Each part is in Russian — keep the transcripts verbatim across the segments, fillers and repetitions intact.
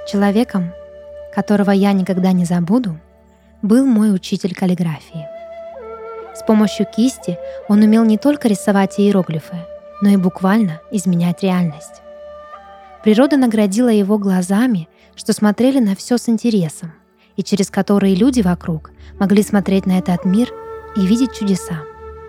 Человеком, которого я никогда не забуду, был мой учитель каллиграфии. С помощью кисти он умел не только рисовать иероглифы, но и буквально изменять реальность. Природа наградила его глазами, что смотрели на все с интересом, и через которые люди вокруг могли смотреть на этот мир и видеть чудеса.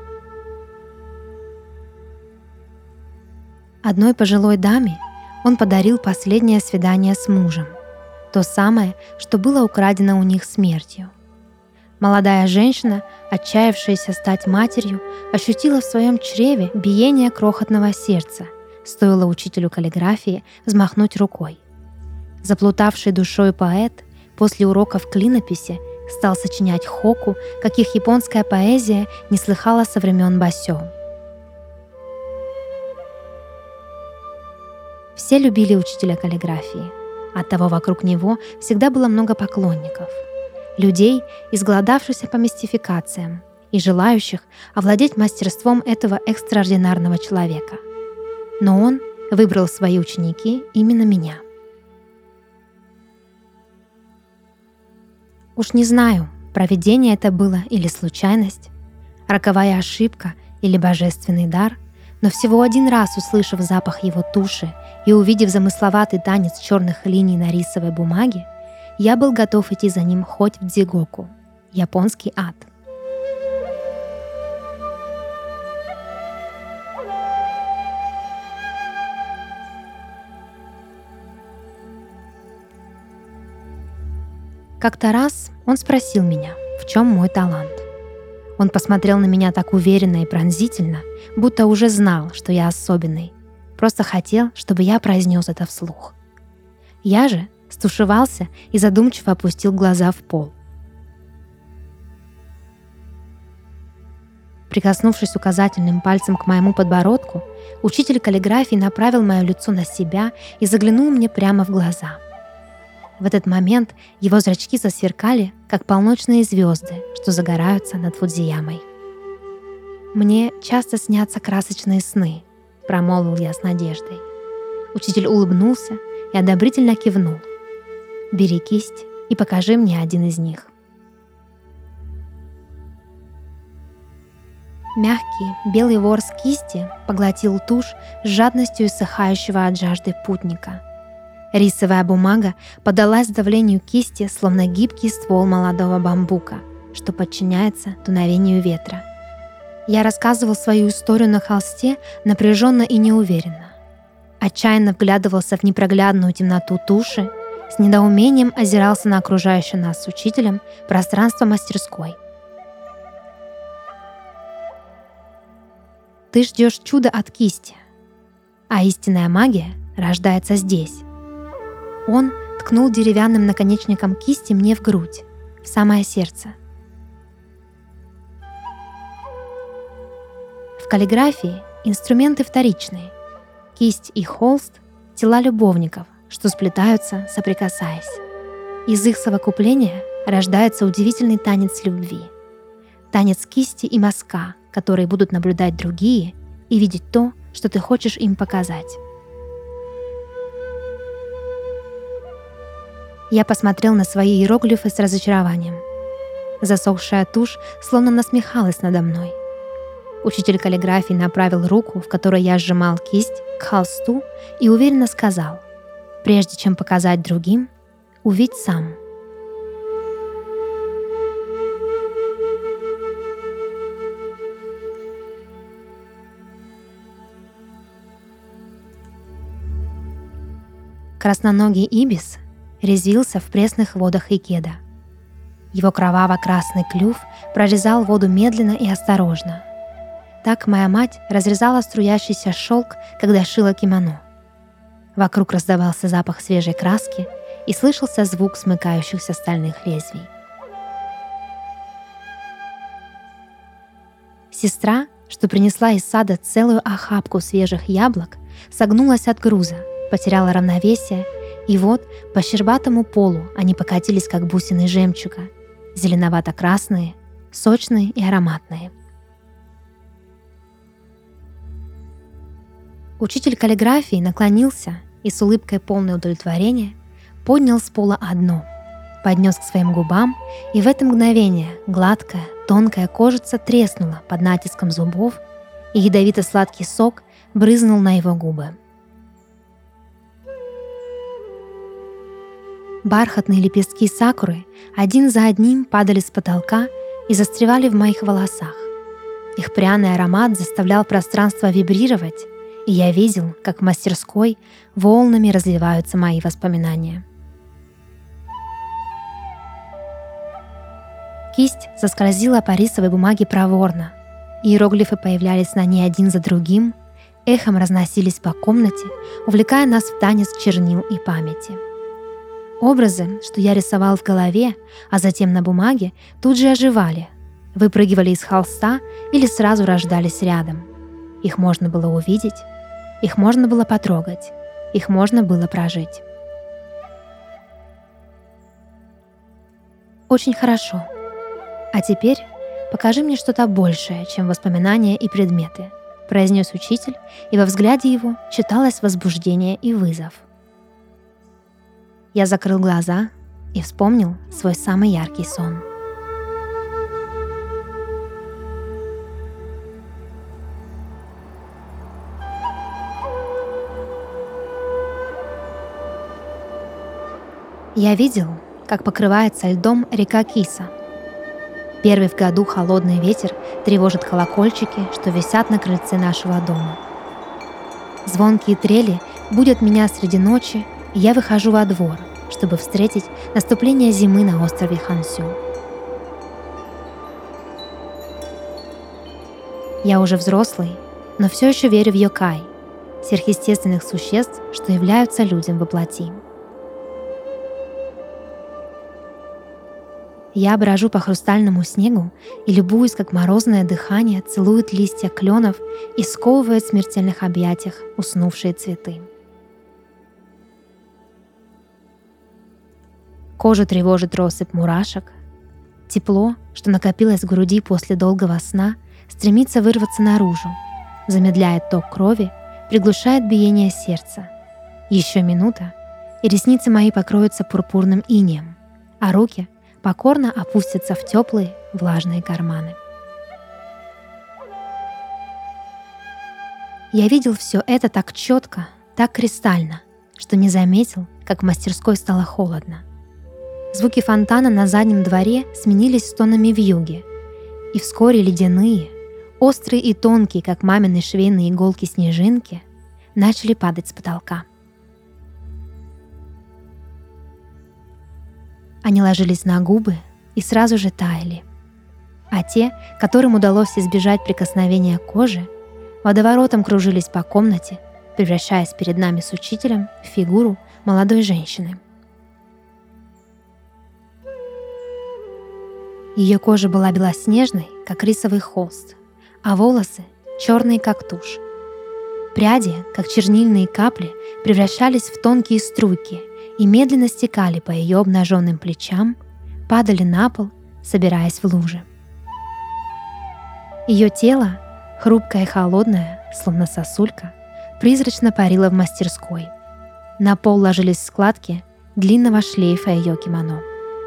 Одной пожилой даме он подарил последнее свидание с мужем, то самое, что было украдено у них смертью. Молодая женщина, отчаявшаяся стать матерью, ощутила в своем чреве биение крохотного сердца, стоило учителю каллиграфии взмахнуть рукой. Заплутавший душой поэт после уроков клинописи стал сочинять хоку, каких японская поэзия не слыхала со времен Басё. Все любили учителя каллиграфии. Оттого вокруг него всегда было много поклонников. Людей, изголодавшихся по мистификациям и желающих овладеть мастерством этого экстраординарного человека. Но он выбрал в свои ученики именно меня. Уж не знаю, провидение это было или случайность, роковая ошибка или божественный дар, но всего один раз, услышав запах его туши и увидев замысловатый танец черных линий на рисовой бумаге, я был готов идти за ним хоть в дзигоку, японский ад. Как-то раз он спросил меня, в чем мой талант. Он посмотрел на меня так уверенно и пронзительно, будто уже знал, что я особенный. Просто хотел, чтобы я произнес это вслух. Я же стушевался и задумчиво опустил глаза в пол. Прикоснувшись указательным пальцем к моему подбородку, учитель каллиграфии направил мое лицо на себя и заглянул мне прямо в глаза. В этот момент его зрачки засверкали, как полночные звезды, что загораются над Фудзиямой. «Мне часто снятся красочные сны», — промолвил я с надеждой. Учитель улыбнулся и одобрительно кивнул. «Бери кисть и покажи мне один из них». Мягкий белый ворс кисти поглотил тушь с жадностью иссыхающего от жажды путника. Рисовая бумага поддалась давлению кисти, словно гибкий ствол молодого бамбука, что подчиняется дуновению ветра. Я рассказывал свою историю на холсте напряженно и неуверенно. Отчаянно вглядывался в непроглядную темноту туши, с недоумением озирался на окружающее нас с учителем пространство мастерской. Ты ждешь чуда от кисти, а истинная магия рождается здесь. Он ткнул деревянным наконечником кисти мне в грудь, в самое сердце. В каллиграфии инструменты вторичные. Кисть и холст — тела любовников, что сплетаются, соприкасаясь. Из их совокупления рождается удивительный танец любви. Танец кисти и мазка, которые будут наблюдать другие и видеть то, что ты хочешь им показать. Я посмотрел на свои иероглифы с разочарованием. Засохшая тушь словно насмехалась надо мной. Учитель каллиграфии направил руку, в которой я сжимал кисть, к холсту и уверенно сказал: «Прежде чем показать другим, увидь сам». Красноногий ибис резвился в пресных водах Икеда. Его кроваво-красный клюв прорезал воду медленно и осторожно. Так моя мать разрезала струящийся шелк, когда шила кимоно. Вокруг раздавался запах свежей краски и слышался звук смыкающихся стальных лезвий. Сестра, что принесла из сада целую охапку свежих яблок, согнулась от груза, потеряла равновесие, и вот по щербатому полу они покатились, как бусины жемчуга, зеленовато-красные, сочные и ароматные. Учитель каллиграфии наклонился и с улыбкой полной удовлетворения поднял с пола одну, поднес к своим губам, и в это мгновение гладкая, тонкая кожица треснула под натиском зубов, и ядовито-сладкий сок брызнул на его губы. Бархатные лепестки сакуры один за одним падали с потолка и застревали в моих волосах. Их пряный аромат заставлял пространство вибрировать, и я видел, как в мастерской волнами разливаются мои воспоминания. Кисть заскользила по рисовой бумаге проворно, иероглифы появлялись на ней один за другим, эхом разносились по комнате, увлекая нас в танец чернил и памяти. Образы, что я рисовал в голове, а затем на бумаге, тут же оживали, выпрыгивали из холста или сразу рождались рядом. Их можно было увидеть, их можно было потрогать, их можно было прожить. Очень хорошо. А теперь покажи мне что-то большее, чем воспоминания и предметы, произнес учитель, и во взгляде его читалось возбуждение и вызов. Я закрыл глаза и вспомнил свой самый яркий сон. Я видел, как покрывается льдом река Киса. Первый в году холодный ветер тревожит колокольчики, что висят на крыльце нашего дома. Звонкие трели будят меня среди ночи, и я выхожу во двор, чтобы встретить наступление зимы на острове Хансю. Я уже взрослый, но все еще верю в йокай, сверхъестественных существ, что являются людям во плоти. Я брожу по хрустальному снегу и любуюсь, как морозное дыхание целует листья кленов и сковывает в смертельных объятиях уснувшие цветы. Кожу тревожит россыпь мурашек. Тепло, что накопилось в груди после долгого сна, стремится вырваться наружу, замедляет ток крови, приглушает биение сердца. Еще минута, и ресницы мои покроются пурпурным инеем, а руки покорно опустятся в теплые влажные карманы. Я видел все это так четко, так кристально, что не заметил, как в мастерской стало холодно. Звуки фонтана на заднем дворе сменились стонами вьюги, и вскоре ледяные, острые и тонкие, как мамины швейные иголки снежинки, начали падать с потолка. Они ложились на губы и сразу же таяли, а те, которым удалось избежать прикосновения кожи, водоворотом кружились по комнате, превращаясь перед нами с учителем в фигуру молодой женщины. Ее кожа была белоснежной, как рисовый холст, а волосы черные, как тушь. Пряди, как чернильные капли, превращались в тонкие струйки и медленно стекали по ее обнаженным плечам, падали на пол, собираясь в лужи. Ее тело, хрупкое и холодное, словно сосулька, призрачно парило в мастерской. На пол ложились складки длинного шлейфа ее кимоно.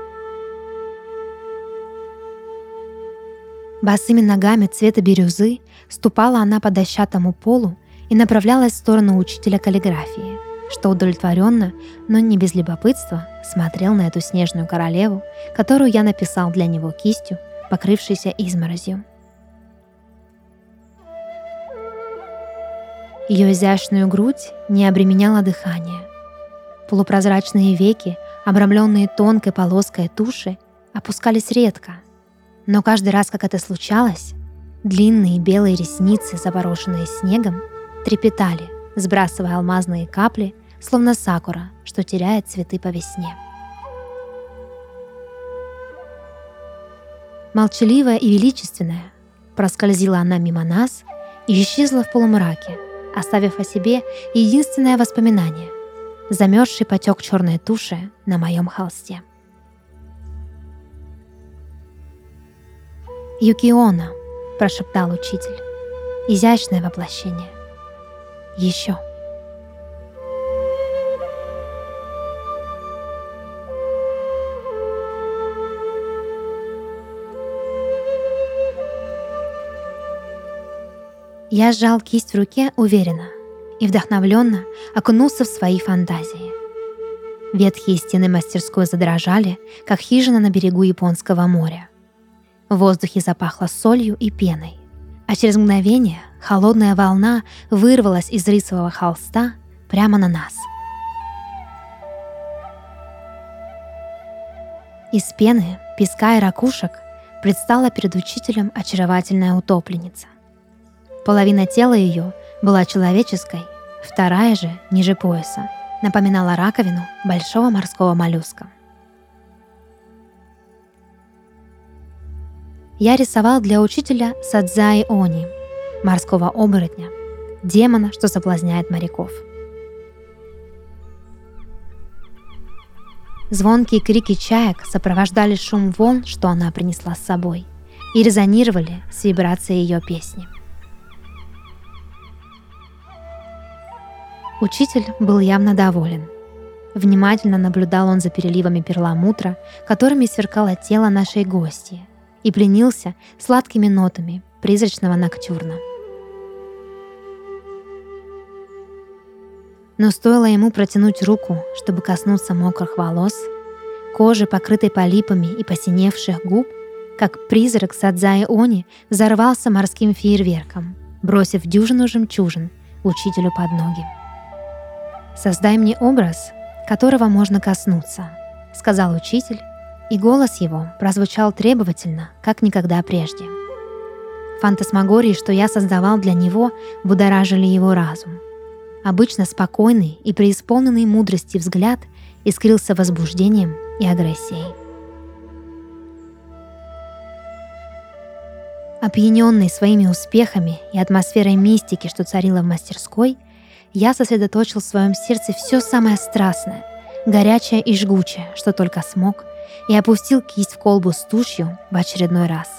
Босыми ногами цвета бирюзы ступала она по дощатому полу и направлялась в сторону учителя каллиграфии, что удовлетворенно, но не без любопытства, смотрел на эту снежную королеву, которую я написал для него кистью, покрывшейся изморозью. Ее изящную грудь не обременяло дыхание. Полупрозрачные веки, обрамленные тонкой полоской туши, опускались редко, но каждый раз, как это случалось, длинные белые ресницы, запорошенные снегом, трепетали, сбрасывая алмазные капли, словно сакура, что теряет цветы по весне. Молчаливая и величественная, проскользила она мимо нас и исчезла в полумраке, оставив о себе единственное воспоминание — замерзший потек черной туши на моем холсте. «Юкиона», — прошептал учитель, — «изящное воплощение. Еще». Я сжал кисть в руке уверенно и вдохновленно окунулся в свои фантазии. Ветхие стены мастерской задрожали, как хижина на берегу Японского моря. В воздухе запахло солью и пеной, а через мгновение холодная волна вырвалась из рисового холста прямо на нас. Из пены, песка и ракушек предстала перед учителем очаровательная утопленница. Половина тела ее была человеческой, вторая же, ниже пояса, напоминала раковину большого морского моллюска. Я рисовал для учителя Садзаи Они, морского оборотня, демона, что соблазняет моряков. Звонкие крики чаек сопровождали шум волн, что она принесла с собой, и резонировали с вибрацией ее песни. Учитель был явно доволен. Внимательно наблюдал он за переливами перламутра, которыми сверкало тело нашей гости, и пленился сладкими нотами призрачного ноктюрна. Но стоило ему протянуть руку, чтобы коснуться мокрых волос, кожи, покрытой полипами и посиневших губ, как призрак Садзаи Они взорвался морским фейерверком, бросив дюжину жемчужин учителю под ноги. «Создай мне образ, которого можно коснуться», — сказал учитель, и голос его прозвучал требовательно, как никогда прежде. Фантасмагории, что я создавал для него, будоражили его разум. Обычно спокойный и преисполненный мудрости взгляд искрился возбуждением и агрессией. Опьяненный своими успехами и атмосферой мистики, что царила в мастерской, я сосредоточил в своем сердце все самое страстное, горячее и жгучее, что только смог, и опустил кисть в колбу с тушью в очередной раз.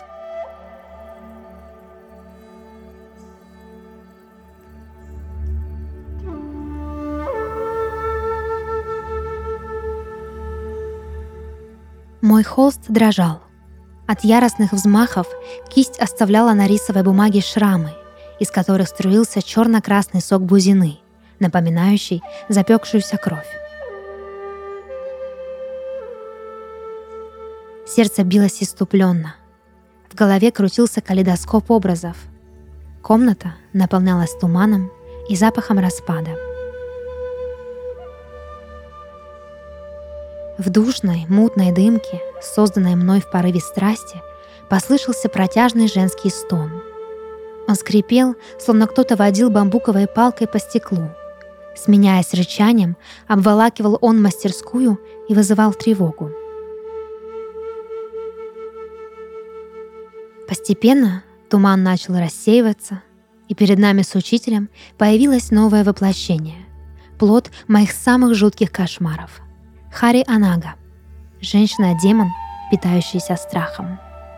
Мой холст дрожал. От яростных взмахов кисть оставляла на рисовой бумаге шрамы, из которых струился черно-красный сок бузины, напоминающий запекшуюся кровь. Сердце билось исступленно. В голове крутился калейдоскоп образов. Комната наполнялась туманом и запахом распада. В душной, мутной дымке, созданной мной в порыве страсти, послышался протяжный женский стон. Он скрипел, словно кто-то водил бамбуковой палкой по стеклу. Сменяясь рычанием, обволакивал он мастерскую и вызывал тревогу. Постепенно туман начал рассеиваться, и перед нами с учителем появилось новое воплощение, плод моих самых жутких кошмаров — Хари Анага, женщина-демон, питающаяся страхом.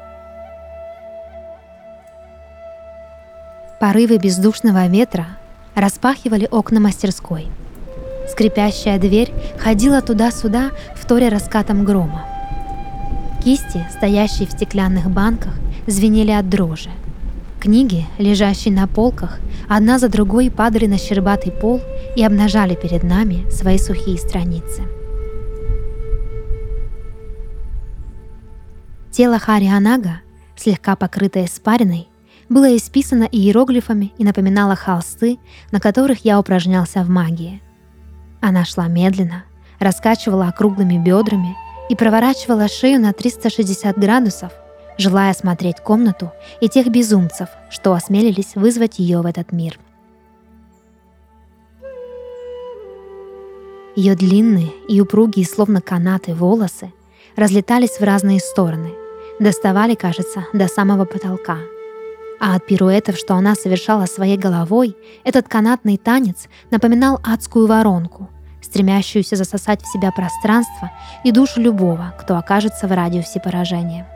Порывы бездушного ветра распахивали окна мастерской. Скрипящая дверь ходила туда-сюда, вторя раскатом грома. Кисти, стоящие в стеклянных банках, звенели от дрожи. Книги, лежащие на полках, одна за другой падали на щербатый пол и обнажали перед нами свои сухие страницы. Тело Хари Анага, слегка покрытое испариной, было исписано иероглифами и напоминало холсты, на которых я упражнялся в магии. Она шла медленно, раскачивала округлыми бедрами и проворачивала шею на триста шестьдесят градусов, желая осмотреть комнату и тех безумцев, что осмелились вызвать ее в этот мир. Ее длинные и упругие, словно канаты, волосы разлетались в разные стороны, доставали, кажется, до самого потолка. А от пируэтов, что она совершала своей головой, этот канатный танец напоминал адскую воронку, стремящуюся засосать в себя пространство и душу любого, кто окажется в радиусе поражения.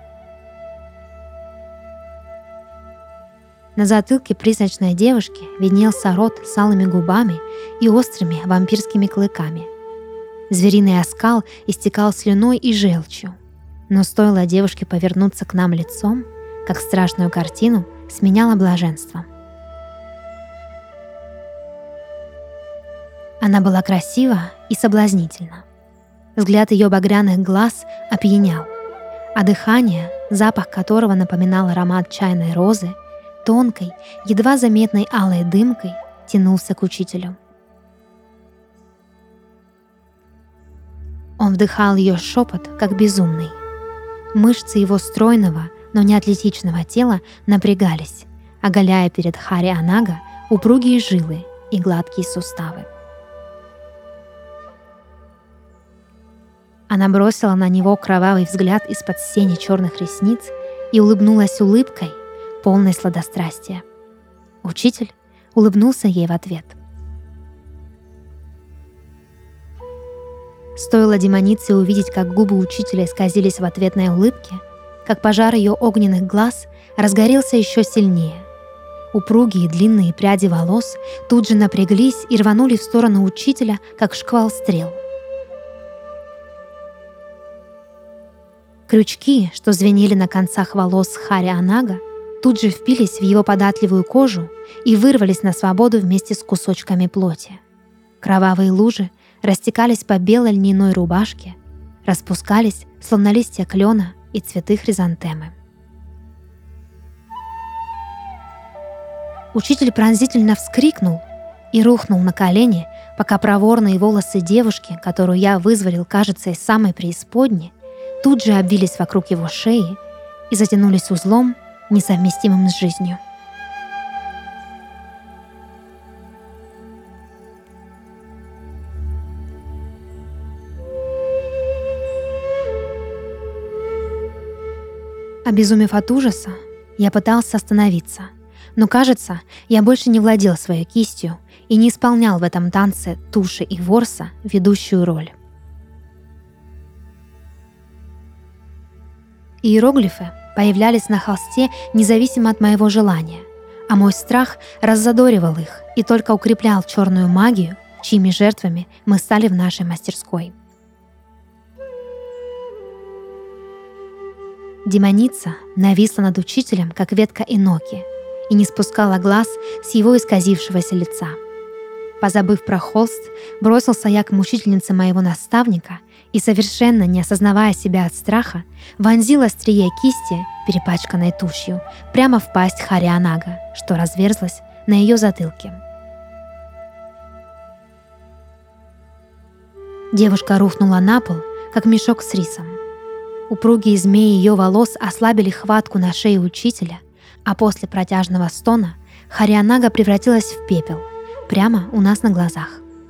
На затылке призрачной девушки виднелся рот с алыми губами и острыми вампирскими клыками. Звериный оскал истекал слюной и желчью. Но стоило девушке повернуться к нам лицом, как страшную картину сменяло блаженство. Она была красива и соблазнительна. Взгляд ее багряных глаз опьянял, а дыхание, запах которого напоминал аромат чайной розы, тонкой, едва заметной алой дымкой тянулся к учителю. Он вдыхал ее шепот, как безумный. Мышцы его стройного, но не атлетичного тела напрягались, оголяя перед Хари Анага упругие жилы и гладкие суставы. Она бросила на него кровавый взгляд из-под сени черных ресниц и улыбнулась улыбкой, полной сладострастия. Учитель улыбнулся ей в ответ. Стоило демонице увидеть, как губы учителя исказились в ответной улыбке, как пожар ее огненных глаз разгорелся еще сильнее. Упругие длинные пряди волос тут же напряглись и рванули в сторону учителя, как шквал стрел. Крючки, что звенели на концах волос Хари Анага, тут же впились в его податливую кожу и вырвались на свободу вместе с кусочками плоти. Кровавые лужи растекались по белой льняной рубашке, распускались, словно листья клена и цветы хризантемы. Учитель пронзительно вскрикнул и рухнул на колени, пока проворные волосы девушки, которую я вызволил, кажется, из самой преисподней, тут же обвились вокруг его шеи и затянулись узлом, несовместимым с жизнью. Обезумев от ужаса, я пытался остановиться, но, кажется, я больше не владел своей кистью и не исполнял в этом танце Туши и Ворса ведущую роль. Иероглифы появлялись на холсте независимо от моего желания, а мой страх раззадоривал их и только укреплял черную магию, чьими жертвами мы стали в нашей мастерской. Демоница нависла над учителем, как ветка иноки, и не спускала глаз с его исказившегося лица. Позабыв про холст, бросился я к мучительнице моего наставника и, совершенно не осознавая себя от страха, вонзил острие кисти, перепачканной тушью, прямо в пасть Хари Анага, что разверзлась на ее затылке. Девушка рухнула на пол, как мешок с рисом. Упругие змеи ее волос ослабили хватку на шее учителя, а после протяжного стона Хари Анага превратилась в пепел, прямо у нас на глазах.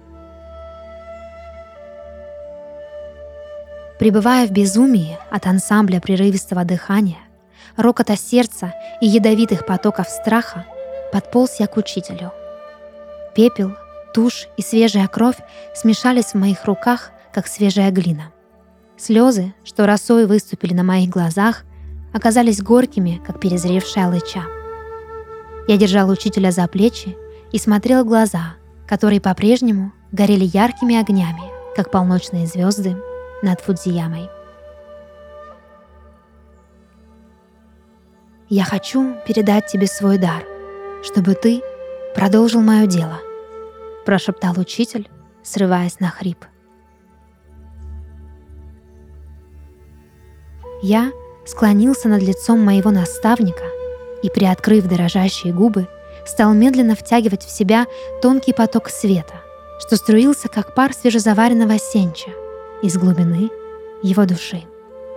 Пребывая в безумии от ансамбля прерывистого дыхания, рокота сердца и ядовитых потоков страха, подполз я к учителю. Пепел, тушь и свежая кровь смешались в моих руках, как свежая глина. Слезы, что росой выступили на моих глазах, оказались горькими, как перезревшая алыча. Я держал учителя за плечи и смотрел в глаза, которые по-прежнему горели яркими огнями, как полночные звезды над Фудзиямой. «Я хочу передать тебе свой дар, чтобы ты продолжил мое дело», — прошептал учитель, срываясь на хрип. Я склонился над лицом моего наставника и, приоткрыв дрожащие губы, стал медленно втягивать в себя тонкий поток света, что струился, как пар свежезаваренного сенча, из глубины его души.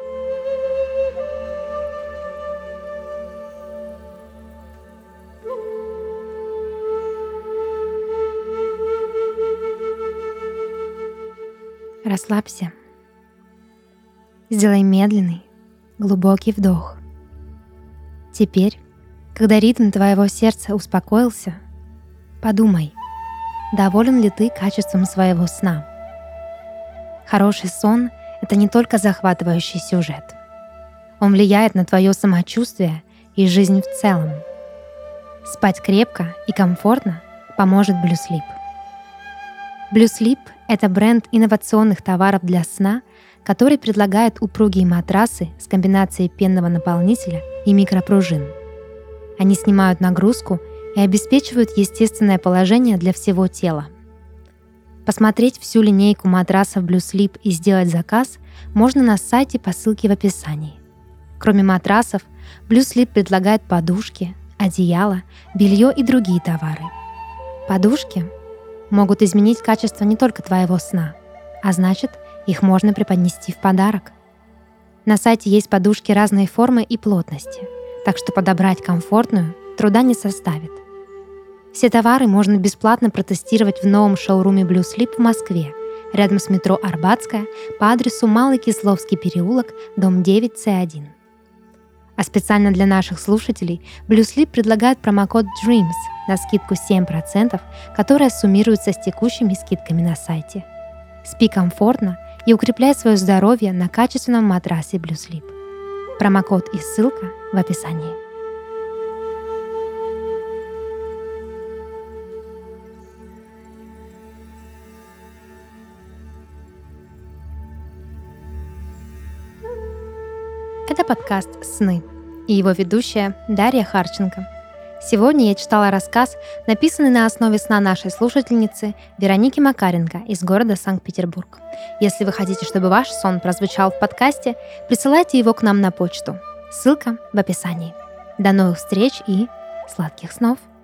Расслабься. Сделай медленный, глубокий вдох. Теперь, когда ритм твоего сердца успокоился, подумай, доволен ли ты качеством своего сна. Хороший сон — это не только захватывающий сюжет. Он влияет на твое самочувствие и жизнь в целом. Спать крепко и комфортно поможет Blue Sleep. Blue Sleep — это бренд инновационных товаров для сна, который предлагает упругие матрасы с комбинацией пенного наполнителя и микропружин. Они снимают нагрузку и обеспечивают естественное положение для всего тела. Посмотреть всю линейку матрасов Blue Sleep и сделать заказ можно на сайте по ссылке в описании. Кроме матрасов, Blue Sleep предлагает подушки, одеяла, белье и другие товары. Подушки могут изменить качество не только твоего сна, а значит, их можно преподнести в подарок. На сайте есть подушки разной формы и плотности, так что подобрать комфортную труда не составит. Все товары можно бесплатно протестировать в новом шоуруме Blue Sleep в Москве, рядом с метро Арбатская, по адресу Малый Кисловский переулок, дом девять С один. А специально для наших слушателей Blue Sleep предлагает промокод DREAMS на скидку семь процентов, которая суммируется с текущими скидками на сайте. Спи комфортно и укрепляй свое здоровье на качественном матрасе Blue Sleep. Промокод и ссылка в описании. Это подкаст «Сны» и его ведущая Дарья Харченко. Сегодня я читала рассказ, написанный на основе сна нашей слушательницы Вероники Макаренко из города Санкт-Петербург. Если вы хотите, чтобы ваш сон прозвучал в подкасте, присылайте его к нам на почту. Ссылка в описании. До новых встреч и сладких снов!